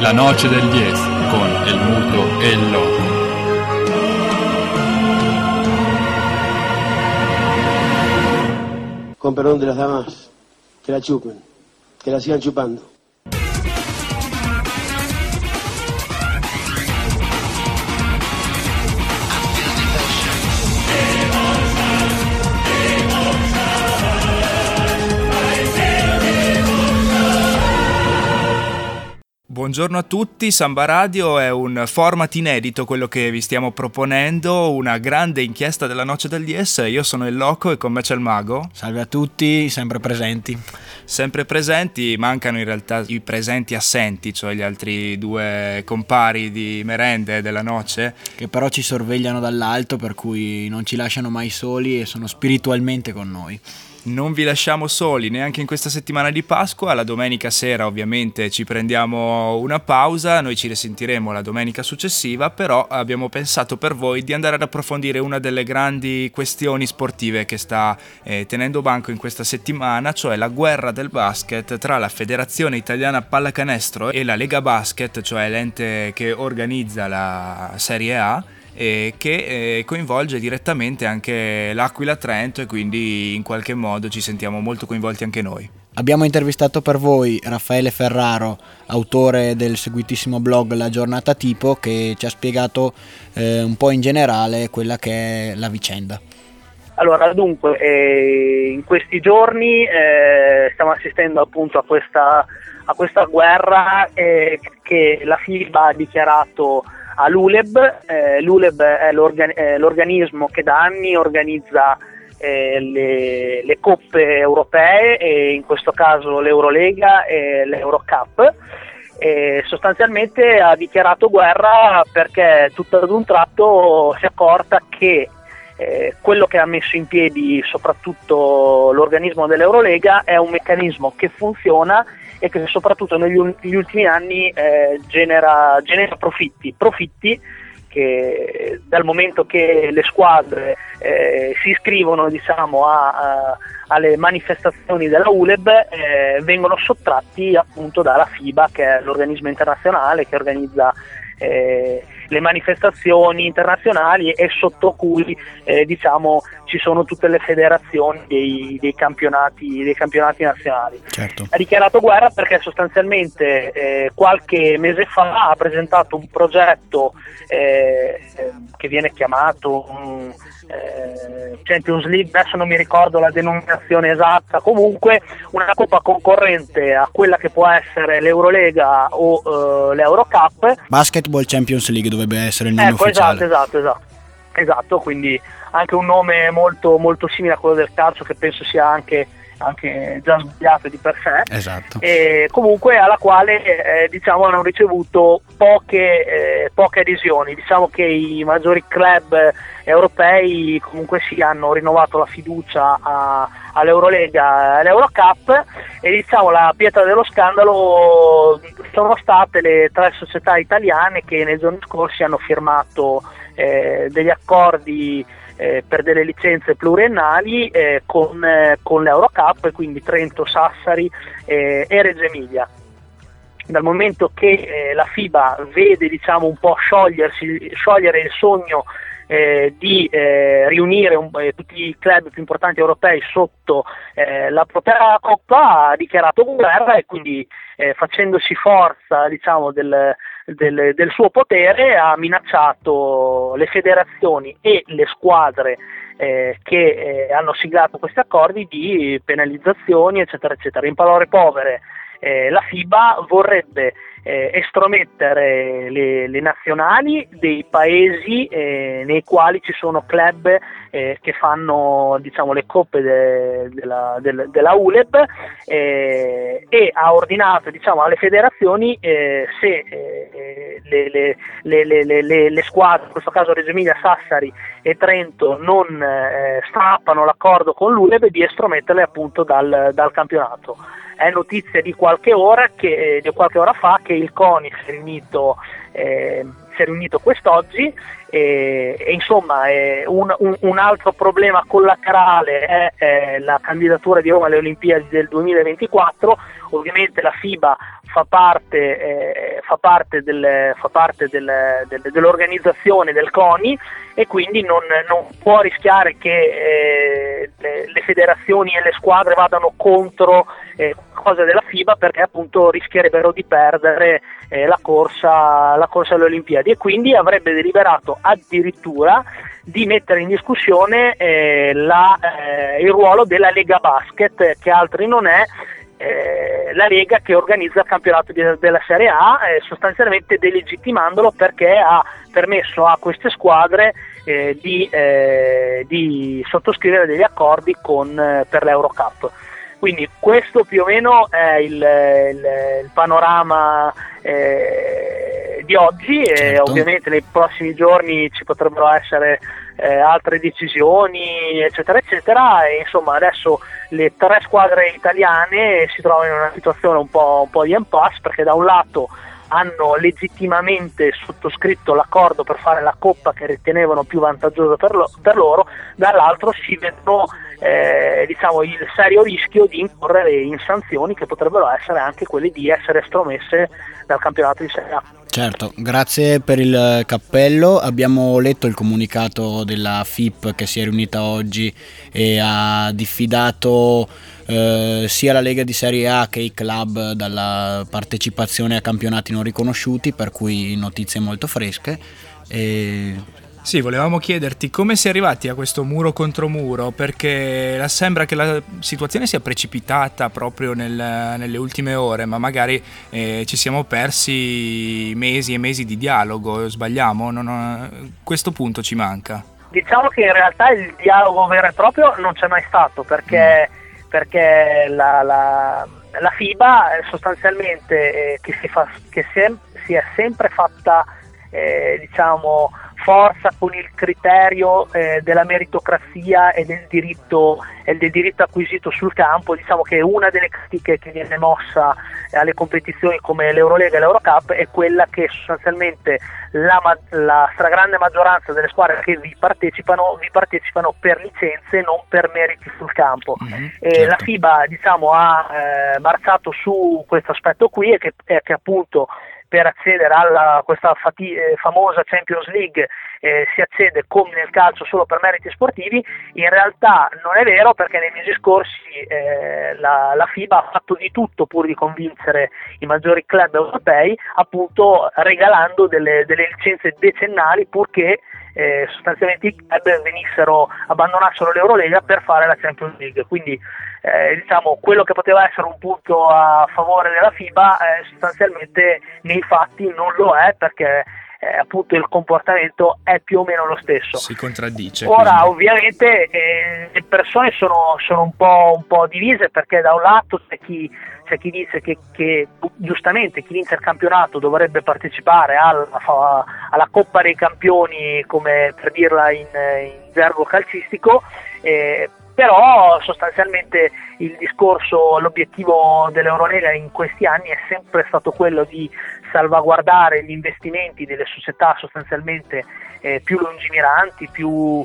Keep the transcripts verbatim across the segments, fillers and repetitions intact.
La noche del diez con el muto e el loco. Con perdón de las damas, que la chupen, que la sigan chupando. Buongiorno a tutti, Samba Radio è un format inedito quello che vi stiamo proponendo, una grande inchiesta della noce del diez. Io sono il Loco e con me c'è il Mago. Salve a tutti, sempre presenti. Sempre presenti, mancano in realtà i presenti assenti, cioè gli altri due compari di merende della noce. Che però ci sorvegliano dall'alto, per cui non ci lasciano mai soli e sono spiritualmente con noi. Non vi lasciamo soli neanche in questa settimana di Pasqua. La domenica sera ovviamente ci prendiamo una pausa, noi ci risentiremo la domenica successiva, però abbiamo pensato per voi di andare ad approfondire una delle grandi questioni sportive che sta eh, tenendo banco in questa settimana, cioè la guerra del basket tra la Federazione Italiana Pallacanestro e la Lega Basket, cioè l'ente che organizza la Serie A, e che eh, coinvolge direttamente anche l'Aquila Trento, e quindi in qualche modo ci sentiamo molto coinvolti anche noi. Abbiamo intervistato per voi Raffaele Ferraro, autore del seguitissimo blog La Giornata Tipo, che ci ha spiegato eh, un po' in generale quella che è la vicenda. Allora, dunque, eh, in questi giorni eh, stiamo assistendo appunto a questa, a questa guerra eh, che la FIBA ha dichiarato all'U L E B. Eh, L'U L E B è l'organ- eh, l'organismo che da anni organizza eh, le, le coppe europee, e in questo caso l'Eurolega e l'Eurocup. E sostanzialmente ha dichiarato guerra perché tutto ad un tratto si è accorta che eh, quello che ha messo in piedi soprattutto l'organismo dell'Eurolega è un meccanismo che funziona e che soprattutto negli, negli ultimi anni eh, genera, genera profitti, profitti che dal momento che le squadre eh, si iscrivono, diciamo, a, a, alle manifestazioni della U L E B, eh, vengono sottratti appunto dalla FIBA, che è l'organismo internazionale che organizza eh, le manifestazioni internazionali e sotto cui eh, diciamo ci sono tutte le federazioni dei, dei campionati dei campionati nazionali. Certo. Ha dichiarato guerra perché sostanzialmente eh, qualche mese fa ha presentato un progetto eh, che viene chiamato um, eh, Champions League, adesso non mi ricordo la denominazione esatta, comunque una coppa concorrente a quella che può essere l'Eurolega o uh, l'Eurocup. Basketball Champions League dovrebbe essere il nome ecco, ufficiale. Esatto, esatto, esatto. Esatto, quindi anche un nome molto, molto simile a quello del calcio, che penso sia anche, anche già sbagliato di per sé. Esatto. E comunque alla quale eh, diciamo hanno ricevuto poche, eh, poche adesioni. Diciamo che i maggiori club europei comunque sì hanno rinnovato la fiducia a, all'Eurolega e all'Eurocup, e diciamo la pietra dello scandalo sono state le tre società italiane che nei giorni scorsi hanno firmato eh, degli accordi eh, per delle licenze pluriennali eh, con, eh, con l'Eurocup, quindi Trento, Sassari eh, e Reggio Emilia. Dal momento che eh, la FIBA vede, diciamo, un po' sciogliersi, sciogliere il sogno Eh, di eh, riunire un, eh, tutti i club più importanti europei sotto eh, la propria coppa, ha dichiarato guerra, e quindi eh, facendosi forza, diciamo, del, del, del suo potere, ha minacciato le federazioni e le squadre eh, che eh, hanno siglato questi accordi di penalizzazioni, eccetera eccetera. In parole povere, eh, la FIBA vorrebbe Eh, estromettere le, le nazionali dei paesi eh, nei quali ci sono club eh, che fanno, diciamo, le coppe de, de la, del, della U L E B, eh, e ha ordinato, diciamo, alle federazioni eh, se eh, le, le, le, le, le, le squadre, in questo caso Reggio Emilia, Sassari e Trento, non eh, strappano l'accordo con l'U L E B, di estrometterle appunto dal, dal campionato. È notizia di qualche ora che di qualche ora fa che il CONI si è riunito eh, si è riunito quest'oggi e, e insomma è un, un, un altro problema collaterale è, è la candidatura di Roma alle Olimpiadi del duemilaventiquattro. Ovviamente la FIBA fa parte, eh, fa parte, del, fa parte del, del, dell'organizzazione del CONI e quindi non, non può rischiare che eh, le, le federazioni e le squadre vadano contro eh, cose della FIBA, perché appunto rischierebbero di perdere eh, la corsa la corsa alle Olimpiadi, e quindi avrebbe deliberato addirittura di mettere in discussione eh, la, eh, il ruolo della Lega Basket, che altri non è eh, la lega che organizza il campionato di, della Serie A, eh, sostanzialmente delegittimandolo, perché ha permesso a queste squadre eh, di, eh, di sottoscrivere degli accordi con, eh, per l'Eurocup. Quindi questo più o meno è il, il, il panorama eh, di oggi, e certo. Ovviamente nei prossimi giorni ci potrebbero essere eh, altre decisioni, eccetera eccetera, e insomma adesso le tre squadre italiane si trovano in una situazione un po', un po' di impasse, perché da un lato hanno legittimamente sottoscritto l'accordo per fare la coppa che ritenevano più vantaggiosa per, lo, per loro, dall'altro si vedono eh, diciamo il serio rischio di incorrere in sanzioni che potrebbero essere anche quelle di essere estromesse dal campionato di Serie A. Certo, grazie per il cappello. Abbiamo letto il comunicato della F I P che si è riunita oggi e ha diffidato eh, sia la Lega di Serie A che i club dalla partecipazione a campionati non riconosciuti, per cui notizie molto fresche. E... Sì, volevamo chiederti come si è arrivati a questo muro contro muro, perché la, sembra che la situazione sia precipitata proprio nel, nelle ultime ore, ma magari eh, ci siamo persi mesi e mesi di dialogo, sbagliamo? Non ho, questo punto ci manca. Diciamo che in realtà il dialogo vero e proprio non c'è mai stato, perché, mm. perché la, la, la FIBA sostanzialmente eh, che, si, fa, che si, è, si è sempre fatta eh, diciamo forza con il criterio eh, della meritocrazia e del diritto e del diritto acquisito sul campo. Diciamo che una delle critiche che viene mossa alle competizioni come l'Eurolega e l'Eurocup è quella che sostanzialmente la, la stragrande maggioranza delle squadre che vi partecipano vi partecipano per licenze, non per meriti sul campo. Mm-hmm, e certo. La FIBA diciamo ha eh, marciato su questo aspetto qui, e che, è che appunto per accedere a questa fati- eh, famosa Champions League eh, si accede come nel calcio solo per meriti sportivi. In realtà non è vero, perché nei mesi scorsi eh, la, la FIBA ha fatto di tutto pur di convincere i maggiori club europei, appunto regalando delle, delle licenze decennali, purché eh, sostanzialmente i club venissero, abbandonassero l'Eurolega per fare la Champions League. Quindi Eh, diciamo quello che poteva essere un punto a favore della FIBA eh, sostanzialmente nei fatti non lo è, perché eh, appunto il comportamento è più o meno lo stesso. Si contraddice. Ora quindi. ovviamente eh, le persone sono, sono un po', un po' divise, perché da un lato c'è chi, c'è chi dice che, che giustamente chi vince il campionato dovrebbe partecipare alla, alla Coppa dei Campioni, come per dirla in, in gergo calcistico, eh, però sostanzialmente il discorso, l'obiettivo dell'Eurolega in questi anni è sempre stato quello di salvaguardare gli investimenti delle società sostanzialmente eh, più lungimiranti, più,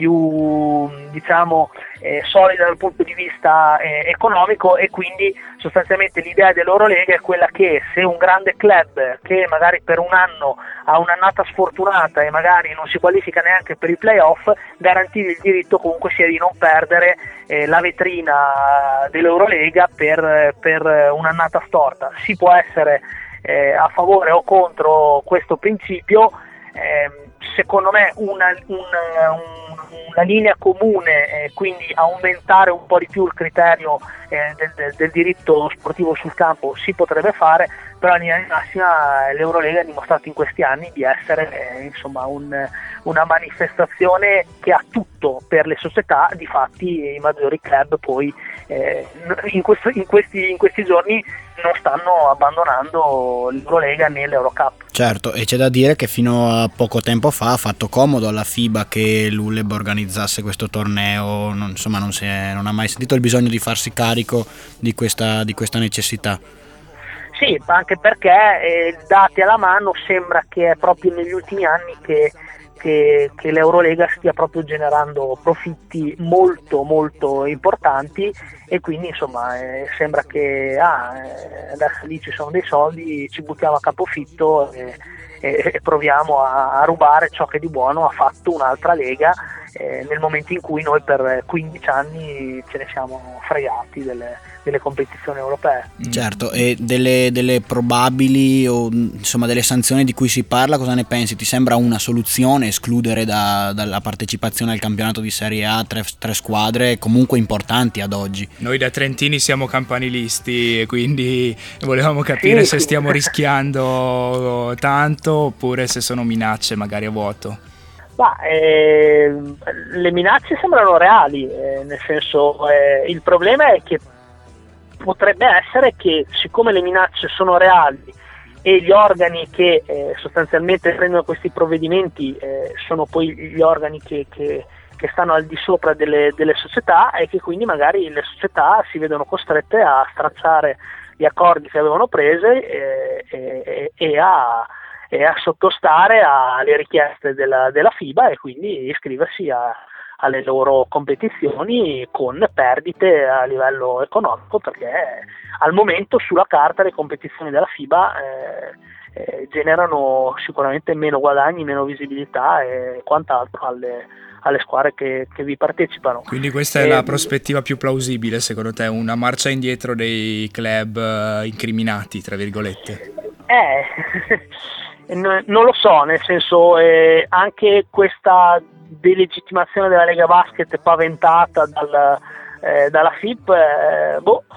più diciamo eh, solide dal punto di vista eh, economico, e quindi sostanzialmente l'idea dell'Eurolega è quella che se un grande club che magari per un anno ha un'annata sfortunata e magari non si qualifica neanche per i playoff, garantire il diritto comunque sia di non perdere eh, la vetrina dell'Eurolega per, per un'annata storta. Si può essere eh, a favore o contro questo principio. eh, secondo me una, una, una linea comune, eh, quindi aumentare un po' di più il criterio eh, del, del, del diritto sportivo sul campo si potrebbe fare, però in linea di massima l'Eurolega ha dimostrato in questi anni di essere eh, insomma un, una manifestazione che ha tutto per le società. Difatti i maggiori club poi eh, in, questo, in, questi, in questi giorni non stanno abbandonando l'Eurolega né l'Eurocup. Certo, e c'è da dire che fino a poco tempo fa ha fatto comodo alla FIBA che l'U L E B organizzasse questo torneo, non, insomma non, si è, non ha mai sentito il bisogno di farsi carico di questa, di questa necessità. Sì, anche perché eh, dati alla mano sembra che è proprio negli ultimi anni che, che, che l'Eurolega stia proprio generando profitti molto molto importanti, e quindi insomma eh, sembra che ah, eh, adesso lì ci sono dei soldi, ci buttiamo a capofitto e, e, e proviamo a, a rubare ciò che di buono ha fatto un'altra lega, eh, nel momento in cui noi per quindici anni ce ne siamo fregati delle, delle competizioni europee. Certo, e delle, delle probabili o insomma delle sanzioni di cui si parla, cosa ne pensi? Ti sembra una soluzione escludere da, dalla partecipazione al campionato di Serie A tre, tre squadre comunque importanti ad oggi? Noi da trentini siamo campanilisti e quindi volevamo capire Sì, se sì. stiamo rischiando tanto oppure se sono minacce magari a vuoto. Ma eh, le minacce sembrano reali, eh, nel senso eh, il problema è che potrebbe essere che, siccome le minacce sono reali e gli organi che eh, sostanzialmente prendono questi provvedimenti eh, sono poi gli organi che, che, che stanno al di sopra delle, delle società, e che quindi magari le società si vedono costrette a stracciare gli accordi che avevano prese eh, e, e a e a sottostare alle richieste della, della FIBA, e quindi iscriversi a, alle loro competizioni con perdite a livello economico, perché al momento sulla carta le competizioni della FIBA eh, eh, generano sicuramente meno guadagni, meno visibilità e quant'altro alle, alle squadre che, che vi partecipano. Quindi questa è e, la prospettiva più plausibile secondo te, una marcia indietro dei club eh, incriminati, tra virgolette? Eh, non lo so, nel senso eh, anche questa delegittimazione della Lega Basket paventata dal, eh, dalla F I P, eh, boh,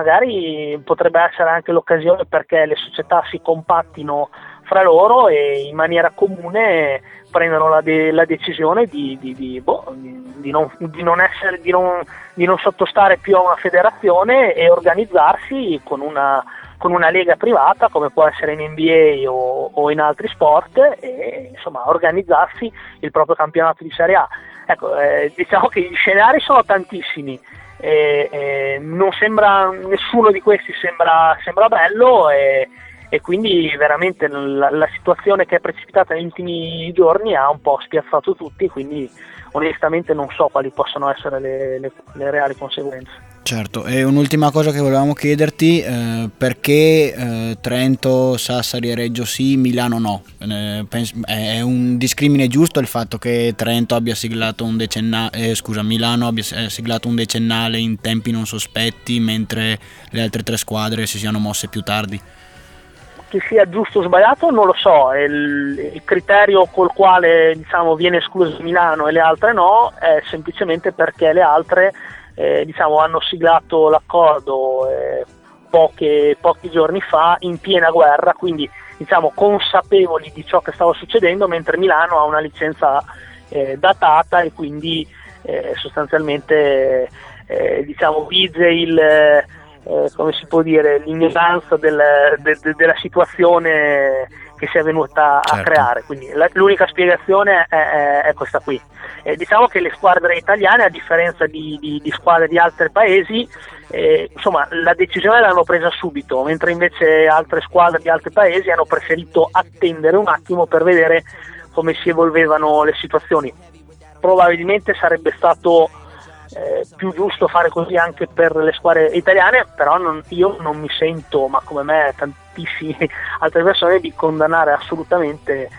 magari potrebbe essere anche l'occasione perché le società si compattino fra loro e in maniera comune prendono la, de- la decisione di, di, di, boh, di, non, di, non essere, di, non, di non sottostare più a una federazione e organizzarsi con una con una lega privata come può essere in N B A o, o in altri sport, e insomma organizzarsi il proprio campionato di Serie A. Ecco, eh, diciamo che gli scenari sono tantissimi, e, e non sembra, nessuno di questi sembra, sembra bello, e, e quindi veramente la, la situazione che è precipitata negli ultimi giorni ha un po' spiazzato tutti, quindi onestamente non so quali possono essere le, le, le reali conseguenze. Certo, e un'ultima cosa che volevamo chiederti, eh, perché eh, Trento, Sassari e Reggio sì, Milano no? Eh, pens- è un discrimine giusto il fatto che Trento abbia siglato un decennale, eh, scusa, Milano abbia siglato un decennale in tempi non sospetti, mentre le altre tre squadre si siano mosse più tardi? Che sia giusto o sbagliato non lo so, il, il criterio col quale diciamo viene escluso Milano e le altre no è semplicemente perché le altre eh, diciamo hanno siglato l'accordo eh, poche, pochi giorni fa in piena guerra, quindi diciamo consapevoli di ciò che stava succedendo, mentre Milano ha una licenza eh, datata e quindi eh, sostanzialmente eh, diciamo vige il Eh, come si può dire, l'ignoranza del, de, de, della situazione che si è venuta certo. a creare, quindi la, l'unica spiegazione è, è, è questa qui. Eh, diciamo che le squadre italiane, a differenza di, di, di squadre di altri paesi, eh, insomma la decisione l'hanno presa subito, mentre invece altre squadre di altri paesi hanno preferito attendere un attimo per vedere come si evolvevano le situazioni. Probabilmente sarebbe stato Eh, più giusto fare così anche per le squadre italiane, però non, io non mi sento, ma come me tantissime altre persone, di condannare assolutamente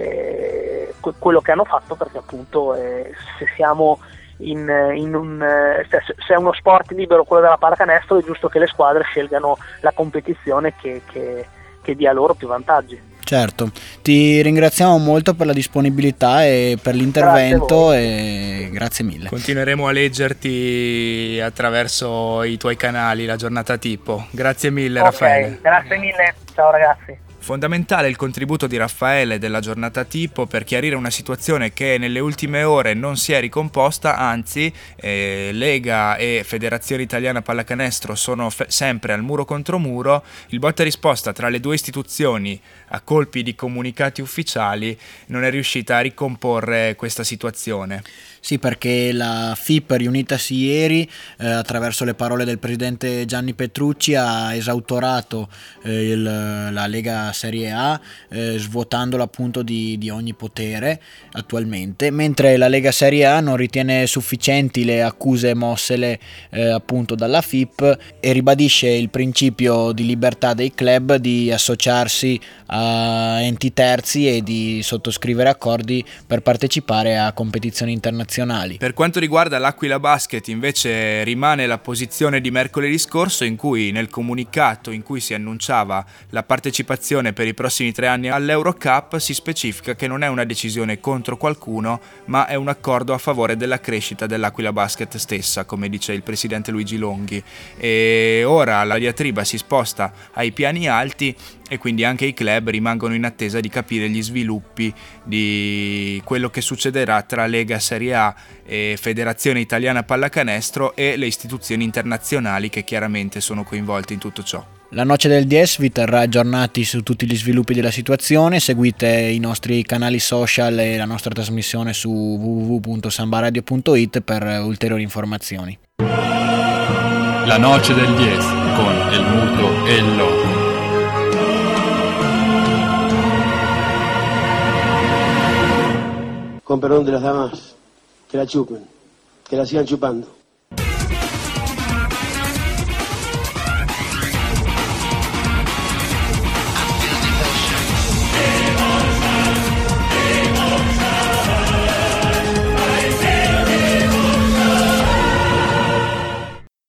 eh, que- quello che hanno fatto, perché appunto eh, se siamo in, in un se, se è uno sport libero quello della pallacanestro, è giusto che le squadre scelgano la competizione che, che, che dia loro più vantaggi. Certo, ti ringraziamo molto per la disponibilità e per l'intervento, grazie e grazie mille. Continueremo a leggerti attraverso i tuoi canali, la giornata tipo. Grazie mille, Ok, Raffaele. grazie mille, ciao ragazzi. Fondamentale il contributo di Raffaele della giornata tipo per chiarire una situazione che nelle ultime ore non si è ricomposta, anzi eh, Lega e Federazione Italiana Pallacanestro sono fe- sempre al muro contro muro. Il botta e risposta tra le due istituzioni a colpi di comunicati ufficiali non è riuscita a ricomporre questa situazione. Sì, perché la F I P, riunitasi ieri, eh, attraverso le parole del presidente Gianni Petrucci, ha esautorato eh, il, la Lega Serie A, eh, svuotandola appunto di, di ogni potere attualmente, mentre la Lega Serie A non ritiene sufficienti le accuse mossele eh, appunto dalla F I P e ribadisce il principio di libertà dei club di associarsi a enti terzi e di sottoscrivere accordi per partecipare a competizioni internazionali. Per quanto riguarda l'Aquila Basket invece rimane la posizione di mercoledì scorso, in cui nel comunicato in cui si annunciava la partecipazione per i prossimi tre anni all'Eurocup si specifica che non è una decisione contro qualcuno, ma è un accordo a favore della crescita dell'Aquila Basket stessa, come dice il presidente Luigi Longhi. E ora la diatriba si sposta ai piani alti e quindi anche i club rimangono in attesa di capire gli sviluppi di quello che succederà tra Lega Serie A e Federazione Italiana Pallacanestro e le istituzioni internazionali che chiaramente sono coinvolte in tutto ciò. La Noce del dieci vi terrà aggiornati su tutti gli sviluppi della situazione. Seguite i nostri canali social e la nostra trasmissione su w w w punto sambaradio punto it per ulteriori informazioni. La Noce del dieci con El Muto e el Loco. Con perdón de las damas, que la chupen, que la sigan chupando.